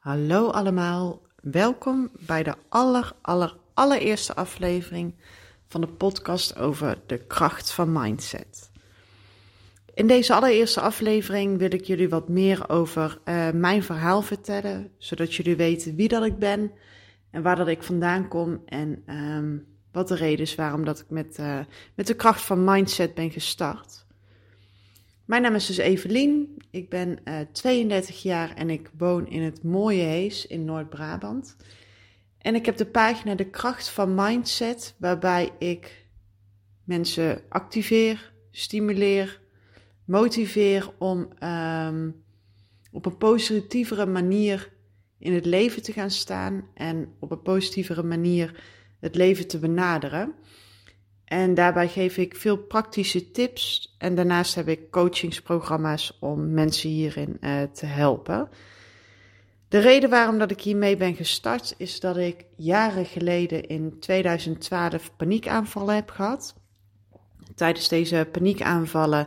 Hallo allemaal, welkom bij de allereerste aflevering van de podcast over de kracht van mindset. In deze allereerste aflevering wil ik jullie wat meer over mijn verhaal vertellen, zodat jullie weten wie dat ik ben en waar dat ik vandaan kom en wat de reden is waarom dat ik met de kracht van mindset ben gestart. Mijn naam is dus Evelien, ik ben 32 jaar en ik woon in het mooie Hees in Noord-Brabant. En ik heb de pagina De Kracht van Mindset, waarbij ik mensen activeer, stimuleer, motiveer om op een positievere manier in het leven te gaan staan en op een positievere manier het leven te benaderen. En daarbij geef ik veel praktische tips en daarnaast heb ik coachingsprogramma's om mensen hierin te helpen. De reden waarom dat ik hiermee ben gestart is dat ik jaren geleden in 2012 paniekaanvallen heb gehad. Tijdens deze paniekaanvallen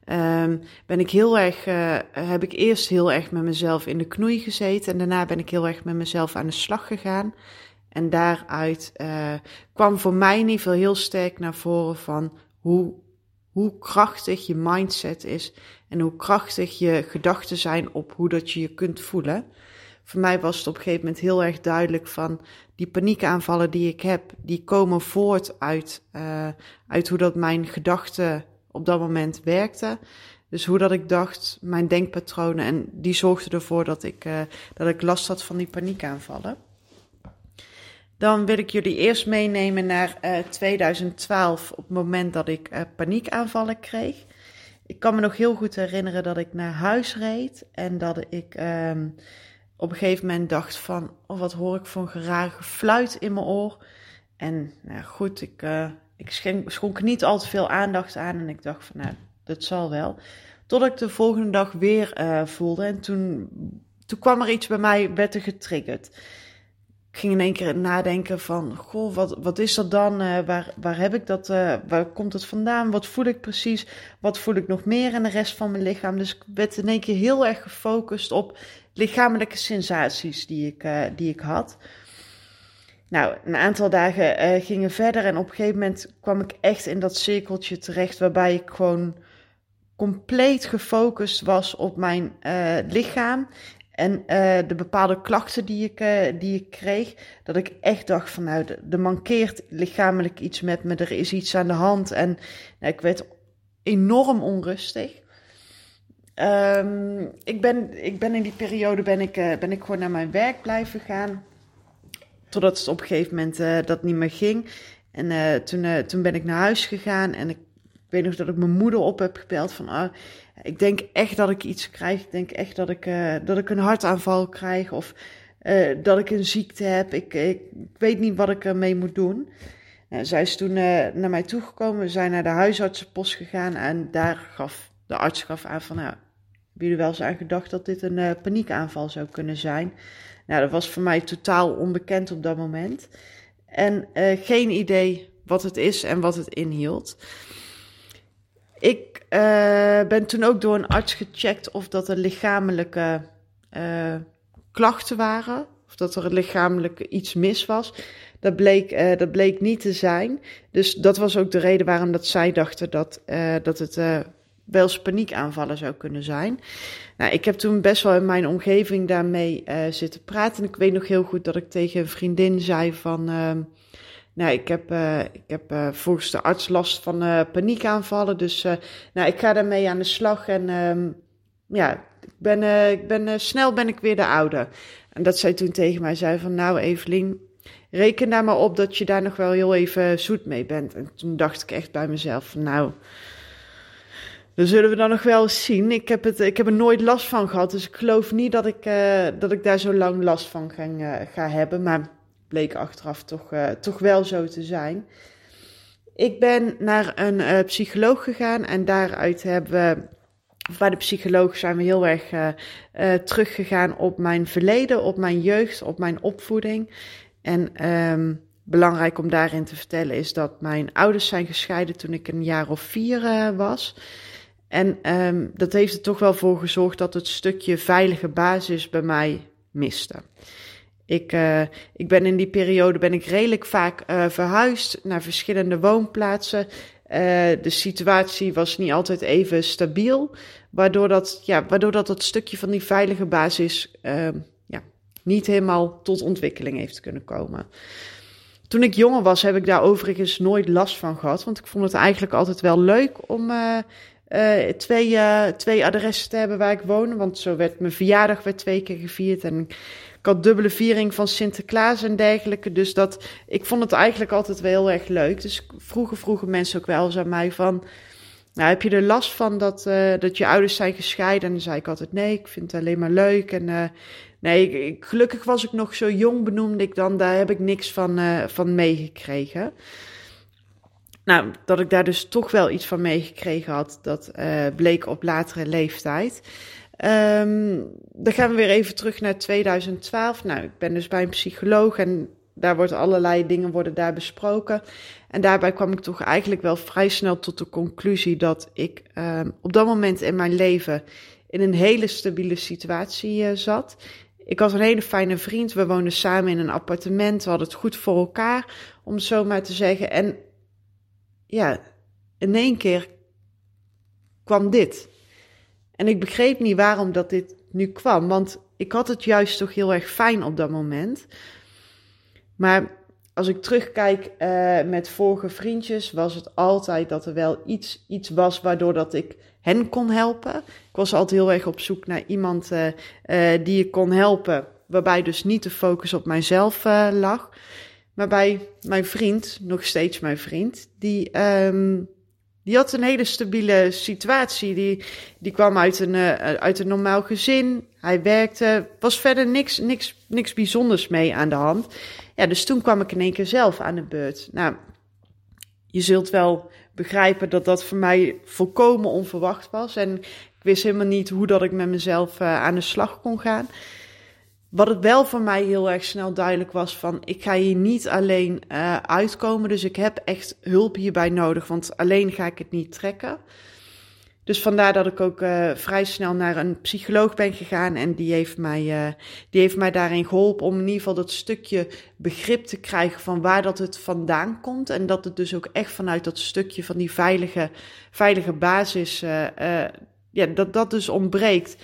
heb ik eerst heel erg met mezelf in de knoei gezeten en daarna ben ik heel erg met mezelf aan de slag gegaan. En daaruit kwam voor mij in ieder geval heel sterk naar voren van hoe krachtig je mindset is en hoe krachtig je gedachten zijn op hoe dat je je kunt voelen. Voor mij was het op een gegeven moment heel erg duidelijk van die paniekaanvallen die ik heb, die komen voort uit hoe dat mijn gedachten op dat moment werkten. Dus hoe dat ik dacht, mijn denkpatronen en die zorgden ervoor dat ik last had van die paniekaanvallen. Dan wil ik jullie eerst meenemen naar 2012 op het moment dat ik paniekaanvallen kreeg. Ik kan me nog heel goed herinneren dat ik naar huis reed en dat ik op een gegeven moment dacht van, oh, wat hoor ik voor een geraar gefluit in mijn oor. En nou goed, ik schonk er niet al te veel aandacht aan en ik dacht van, nou, dat zal wel. Tot ik de volgende dag weer voelde en toen kwam er iets bij mij, werd er getriggerd. Ik ging in één keer nadenken van, goh, wat is dat dan? Waar heb ik dat? Waar komt het vandaan? Wat voel ik precies? Wat voel ik nog meer in de rest van mijn lichaam? Dus ik werd in één keer heel erg gefocust op lichamelijke sensaties die ik had. Nou, een aantal dagen gingen verder en op een gegeven moment kwam ik echt in dat cirkeltje terecht waarbij ik gewoon compleet gefocust was op mijn lichaam. En de bepaalde klachten die ik kreeg, dat ik echt dacht van nou, er mankeert lichamelijk iets met me, er is iets aan de hand. En nou, ik werd enorm onrustig. Ik ben in die periode ben ik gewoon naar mijn werk blijven gaan, totdat het op een gegeven moment dat niet meer ging. En toen ben ik naar huis gegaan en ik weet nog dat ik mijn moeder op heb gebeld van, ik denk echt dat ik iets krijg. Ik denk echt dat ik een hartaanval krijg of dat ik een ziekte heb. Ik weet niet wat ik ermee moet doen. Zij is toen naar mij toegekomen. We zijn naar de huisartsenpost gegaan en daar gaf de arts aan van, nou, hebben jullie wel eens aan gedacht dat dit een paniekaanval zou kunnen zijn? Nou, dat was voor mij totaal onbekend op dat moment. En geen idee wat het is en wat het inhield. Ik ben toen ook door een arts gecheckt of dat er lichamelijke klachten waren. Of dat er lichamelijk iets mis was. Dat bleek niet te zijn. Dus dat was ook de reden waarom dat zij dachten dat het wel eens paniekaanvallen zou kunnen zijn. Nou, ik heb toen best wel in mijn omgeving daarmee zitten praten. En ik weet nog heel goed dat ik tegen een vriendin zei van, nou, ik heb volgens de arts last van paniekaanvallen. Dus nou, ik ga daarmee aan de slag. En ja, snel ben ik weer de oude. En dat zij toen tegen mij zei van, nou Evelien, reken daar maar op dat je daar nog wel heel even zoet mee bent. En toen dacht ik echt bij mezelf van, nou, dan zullen we dan nog wel eens zien. Ik heb er nooit last van gehad, dus ik geloof niet dat ik daar zo lang last van ga hebben. Maar bleek achteraf toch wel zo te zijn. Ik ben naar een psycholoog gegaan en daaruit bij de psycholoog zijn we heel erg teruggegaan op mijn verleden, op mijn jeugd, op mijn opvoeding. En belangrijk om daarin te vertellen is dat mijn ouders zijn gescheiden toen ik een jaar of 4 was. En dat heeft er toch wel voor gezorgd dat het stukje veilige basis bij mij miste. Ik ben in die periode redelijk vaak verhuisd naar verschillende woonplaatsen. De situatie was niet altijd even stabiel, waardoor dat stukje van die veilige basis niet helemaal tot ontwikkeling heeft kunnen komen. Toen ik jonger was, heb ik daar overigens nooit last van gehad, want ik vond het eigenlijk altijd wel leuk om twee adressen te hebben waar ik woonde, want zo werd mijn verjaardag 2 keer gevierd en ik had dubbele viering van Sinterklaas en dergelijke, dus ik vond het eigenlijk altijd wel heel erg leuk. Dus vroegen mensen ook wel eens aan mij van, nou, heb je er last van dat je ouders zijn gescheiden? En dan zei ik altijd nee, ik vind het alleen maar leuk. En gelukkig was ik nog zo jong, benoemde ik dan, daar heb ik niks van meegekregen. Nou, dat ik daar dus toch wel iets van meegekregen had, dat bleek op latere leeftijd. Dan gaan we weer even terug naar 2012. Nou, ik ben dus bij een psycholoog en daar worden allerlei dingen daar besproken. En daarbij kwam ik toch eigenlijk wel vrij snel tot de conclusie dat ik op dat moment in mijn leven in een hele stabiele situatie zat. Ik had een hele fijne vriend, we woonden samen in een appartement, we hadden het goed voor elkaar, om het zo maar te zeggen. En ja, in één keer kwam dit. En ik begreep niet waarom dat dit nu kwam, want ik had het juist toch heel erg fijn op dat moment. Maar als ik terugkijk met vorige vriendjes, was het altijd dat er wel iets was waardoor dat ik hen kon helpen. Ik was altijd heel erg op zoek naar iemand die ik kon helpen, waarbij dus niet de focus op mijzelf lag. Maar bij mijn vriend, nog steeds mijn vriend, die had een hele stabiele situatie. Die kwam uit een normaal gezin. Hij werkte, was verder niks bijzonders mee aan de hand. Ja, dus toen kwam ik in één keer zelf aan de beurt. Nou, je zult wel begrijpen dat dat voor mij volkomen onverwacht was. En ik wist helemaal niet hoe dat ik met mezelf aan de slag kon gaan. Wat het wel voor mij heel erg snel duidelijk was van, ik ga hier niet alleen uitkomen. Dus ik heb echt hulp hierbij nodig, want alleen ga ik het niet trekken. Dus vandaar dat ik ook vrij snel naar een psycholoog ben gegaan. En die heeft mij daarin geholpen om in ieder geval dat stukje begrip te krijgen van waar dat het vandaan komt. En dat het dus ook echt vanuit dat stukje van die veilige basis, dat dus ontbreekt.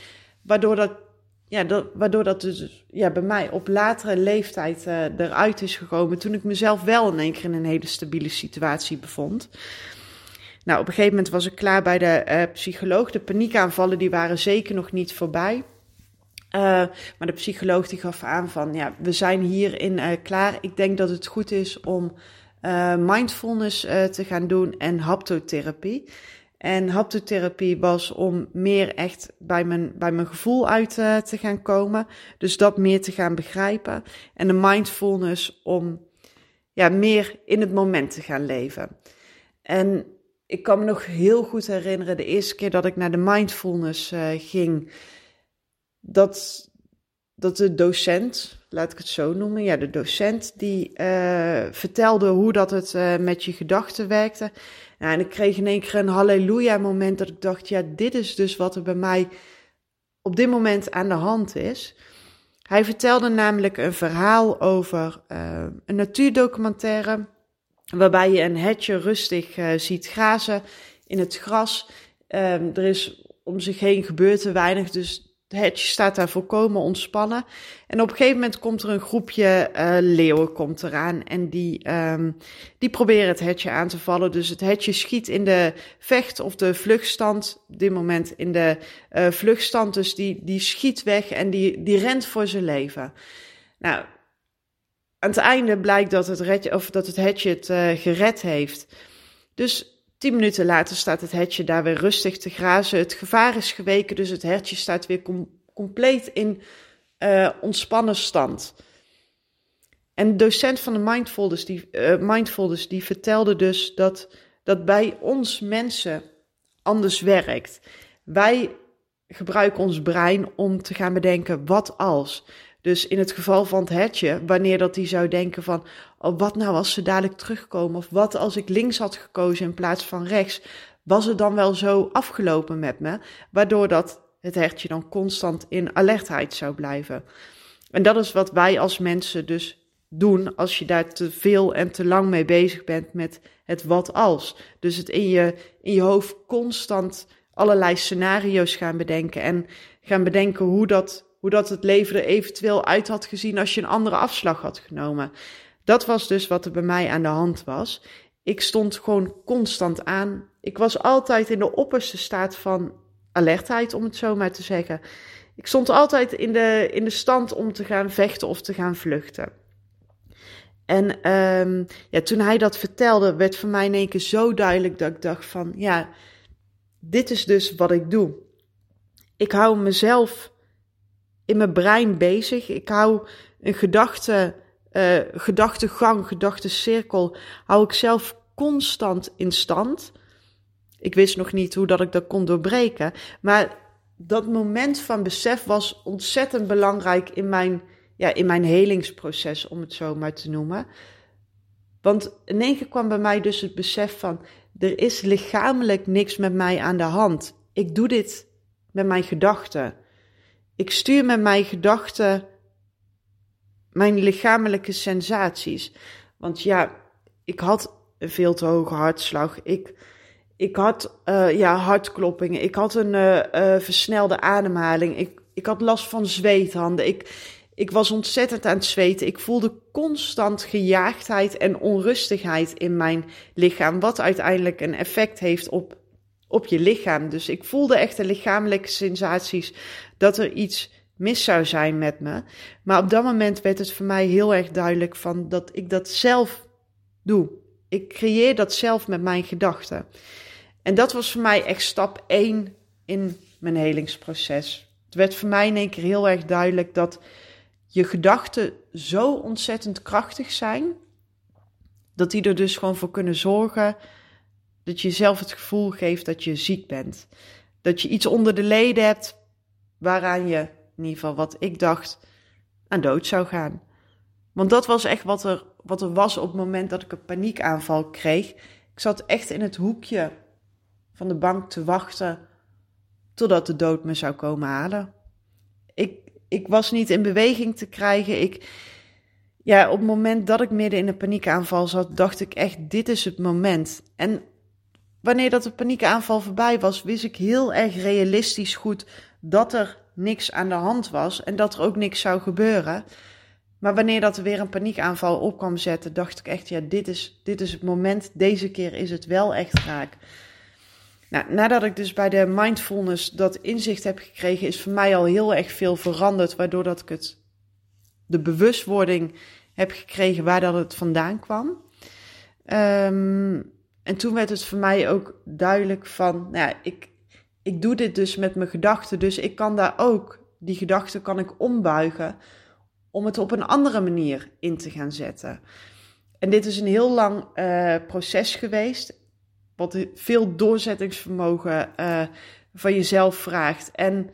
Waardoor dat dus bij mij op latere leeftijd eruit is gekomen. Toen ik mezelf wel in één keer in een hele stabiele situatie bevond. Nou, op een gegeven moment was ik klaar bij de psycholoog. De paniekaanvallen die waren zeker nog niet voorbij. Maar de psycholoog die gaf aan van, ja, we zijn hierin klaar. Ik denk dat het goed is om mindfulness te gaan doen en haptotherapie. En haptotherapie was om meer echt bij mijn gevoel uit te gaan komen. Dus dat meer te gaan begrijpen. En de mindfulness om meer in het moment te gaan leven. En ik kan me nog heel goed herinneren, de eerste keer dat ik naar de mindfulness ging, dat de docent, laat ik het zo noemen, de docent die vertelde hoe dat het met je gedachten werkte. Nou, en ik kreeg in één keer een halleluja moment dat ik dacht, ja, dit is dus wat er bij mij op dit moment aan de hand is. Hij vertelde namelijk een verhaal over een natuurdocumentaire, waarbij je een hertje rustig ziet grazen in het gras. Er is om zich heen gebeurt te weinig, dus het hertje staat daar volkomen ontspannen. En op een gegeven moment komt er een groepje leeuwen komt eraan en die proberen het hertje aan te vallen. Dus het hertje schiet in de vecht- of de vluchtstand, op dit moment in de vluchtstand. Dus die schiet weg en die rent voor zijn leven. Nou, aan het einde blijkt dat het hertje het gered heeft. Dus 10 minuten later staat het hertje daar weer rustig te grazen. Het gevaar is geweken, dus het hertje staat weer compleet in ontspannen stand. En de docent van de mindfulness die vertelde dus dat bij ons mensen anders werkt. Wij gebruiken ons brein om te gaan bedenken wat als. Dus in het geval van het hertje, wanneer dat hij zou denken van, oh, wat nou als ze dadelijk terugkomen? Of wat als ik links had gekozen in plaats van rechts? Was het dan wel zo afgelopen met me? Waardoor dat het hertje dan constant in alertheid zou blijven. En dat is wat wij als mensen dus doen als je daar te veel en te lang mee bezig bent met het wat als. Dus het in je hoofd constant allerlei scenario's gaan bedenken en gaan bedenken hoe dat het leven er eventueel uit had gezien als je een andere afslag had genomen. Dat was dus wat er bij mij aan de hand was. Ik stond gewoon constant aan. Ik was altijd in de opperste staat van alertheid, om het zo maar te zeggen. Ik stond altijd in de stand om te gaan vechten of te gaan vluchten. En toen hij dat vertelde, werd voor mij in één keer zo duidelijk dat ik dacht van, ja, dit is dus wat ik doe. Ik hou mezelf in mijn brein bezig. Ik hou een gedachtegang, gedachtencirkel, hou ik zelf constant in stand. Ik wist nog niet hoe dat ik dat kon doorbreken, maar dat moment van besef was ontzettend belangrijk in mijn helingsproces, om het zo maar te noemen. Want in één keer kwam bij mij dus het besef van, er is lichamelijk niks met mij aan de hand. Ik doe dit met mijn gedachten. Ik stuur met mijn gedachten mijn lichamelijke sensaties. Want ja, ik had een veel te hoge hartslag. Ik had hartkloppingen. Ik had een versnelde ademhaling. Ik had last van zweethanden. Ik was ontzettend aan het zweten. Ik voelde constant gejaagdheid en onrustigheid in mijn lichaam. Wat uiteindelijk een effect heeft op je lichaam. Dus ik voelde echt de lichamelijke sensaties dat er iets mis zou zijn met me. Maar op dat moment werd het voor mij heel erg duidelijk van dat ik dat zelf doe. Ik creëer dat zelf met mijn gedachten. En dat was voor mij echt stap 1 in mijn helingsproces. Het werd voor mij in één keer heel erg duidelijk dat je gedachten zo ontzettend krachtig zijn, dat die er dus gewoon voor kunnen zorgen dat je jezelf het gevoel geeft dat je ziek bent. Dat je iets onder de leden hebt waaraan je, in ieder geval wat ik dacht, aan dood zou gaan. Want dat was echt wat er was op het moment dat ik een paniekaanval kreeg. Ik zat echt in het hoekje van de bank te wachten totdat de dood me zou komen halen. Ik was niet in beweging te krijgen. Op het moment dat ik midden in een paniekaanval zat, dacht ik echt, dit is het moment. En wanneer dat de paniekaanval voorbij was, wist ik heel erg realistisch goed dat er niks aan de hand was en dat er ook niks zou gebeuren. Maar wanneer dat er weer een paniekaanval op kwam zetten, dacht ik echt, ja, dit is het moment. Deze keer is het wel echt raak. Nou, nadat ik dus bij de mindfulness dat inzicht heb gekregen, is voor mij al heel erg veel veranderd, waardoor dat ik de bewustwording heb gekregen waar dat het vandaan kwam. En toen werd het voor mij ook duidelijk van, ik doe dit dus met mijn gedachten, dus ik kan daar ook, die gedachten kan ik ombuigen om het op een andere manier in te gaan zetten. En dit is een heel lang proces geweest, wat veel doorzettingsvermogen van jezelf vraagt. En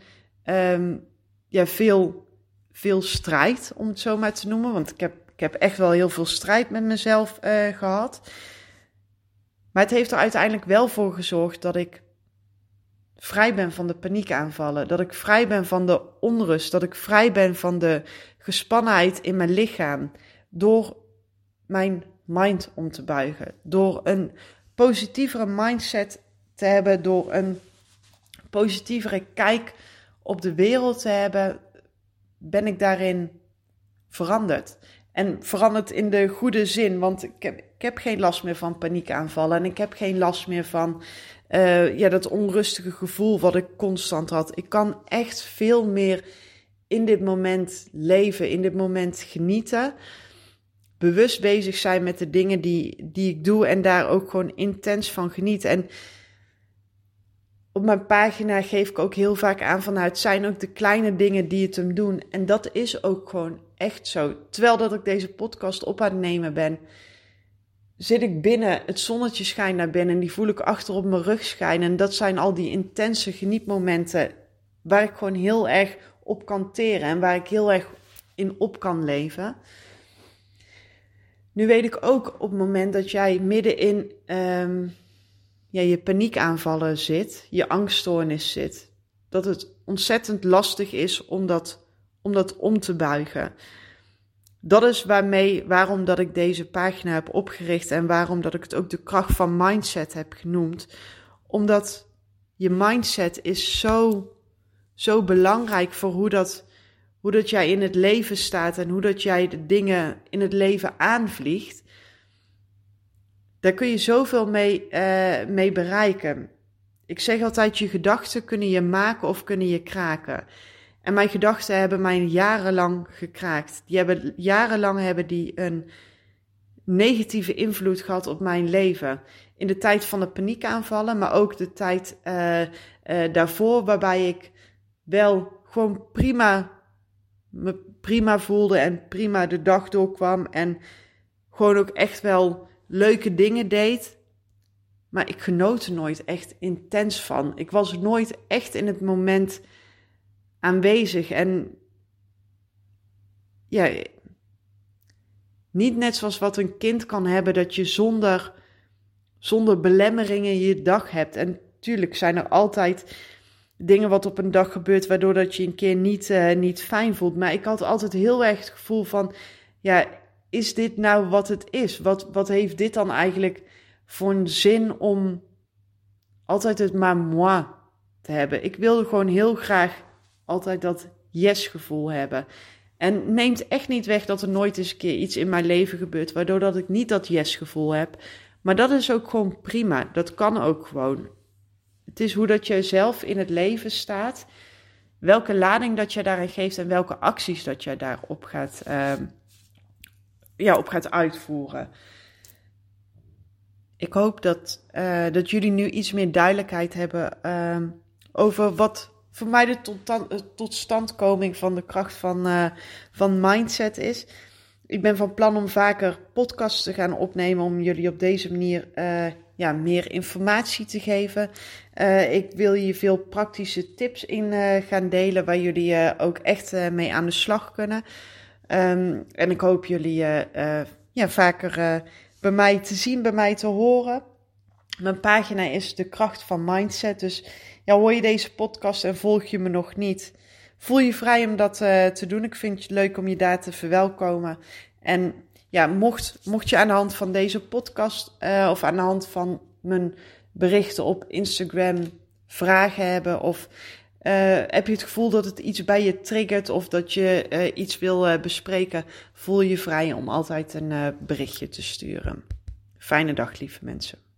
veel strijd, om het zo maar te noemen. Want ik heb echt wel heel veel strijd met mezelf gehad. Maar het heeft er uiteindelijk wel voor gezorgd dat ik vrij ben van de paniekaanvallen. Dat ik vrij ben van de onrust. Dat ik vrij ben van de gespannenheid in mijn lichaam. Door mijn mind om te buigen. Door een positievere mindset te hebben, door een positievere kijk op de wereld te hebben, ben ik daarin veranderd. En veranderd in de goede zin, want ik heb geen last meer van paniekaanvallen en ik heb geen last meer van dat onrustige gevoel wat ik constant had. Ik kan echt veel meer in dit moment leven, in dit moment genieten. Bewust bezig zijn met de dingen die ik doe en daar ook gewoon intens van genieten. En op mijn pagina geef ik ook heel vaak aan van, het zijn ook de kleine dingen die het hem doen. En dat is ook gewoon echt zo. Terwijl dat ik deze podcast op aan het nemen ben, zit ik binnen, het zonnetje schijnt naar binnen en die voel ik achter op mijn rug schijnen. En dat zijn al die intense genietmomenten waar ik gewoon heel erg op kan teren en waar ik heel erg in op kan leven. Nu weet ik ook op het moment dat jij midden in je paniekaanvallen zit, je angststoornis zit, dat het ontzettend lastig is om dat om dat om te buigen. Dat is waarom dat ik deze pagina heb opgericht en waarom dat ik het ook de kracht van mindset heb genoemd. Omdat je mindset is zo belangrijk voor hoe dat jij in het leven staat en hoe dat jij de dingen in het leven aanvliegt. Daar kun je zoveel mee bereiken. Ik zeg altijd, je gedachten kunnen je maken of kunnen je kraken. En mijn gedachten hebben mij jarenlang gekraakt. Jarenlang hebben die een negatieve invloed gehad op mijn leven. In de tijd van de paniekaanvallen, maar ook de tijd daarvoor, waarbij ik wel gewoon me prima voelde en prima de dag doorkwam. En gewoon ook echt wel leuke dingen deed. Maar ik genoot er nooit echt intens van. Ik was nooit echt in het moment aanwezig. En ja, niet net zoals wat een kind kan hebben, dat je zonder belemmeringen je dag hebt. En natuurlijk zijn er altijd dingen wat op een dag gebeurt, waardoor dat je een keer niet fijn voelt. Maar ik had altijd heel erg het gevoel van, ja, is dit nou wat het is? Wat heeft dit dan eigenlijk voor een zin om altijd het maar moi te hebben? Ik wilde gewoon heel graag altijd dat yes-gevoel hebben. En neemt echt niet weg dat er nooit eens een keer iets in mijn leven gebeurt, waardoor dat ik niet dat yes-gevoel heb. Maar dat is ook gewoon prima. Dat kan ook gewoon. Het is hoe dat je zelf in het leven staat, welke lading dat je daarin geeft en welke acties dat je daarop gaat uitvoeren. Ik hoop dat jullie nu iets meer duidelijkheid hebben over wat voor mij de totstandkoming van de kracht van mindset is. Ik ben van plan om vaker podcasts te gaan opnemen om jullie op deze manier meer informatie te geven. Ik wil hier veel praktische tips in gaan delen waar jullie ook echt mee aan de slag kunnen. En ik hoop jullie vaker bij mij te zien, bij mij te horen. Mijn pagina is de kracht van mindset. Dus ja, hoor je deze podcast en volg je me nog niet, voel je vrij om dat te doen. Ik vind het leuk om je daar te verwelkomen. En ja, mocht je aan de hand van deze podcast of aan de hand van mijn berichten op Instagram vragen hebben, of heb je het gevoel dat het iets bij je triggert of dat je iets wil bespreken, voel je vrij om altijd een berichtje te sturen. Fijne dag, lieve mensen.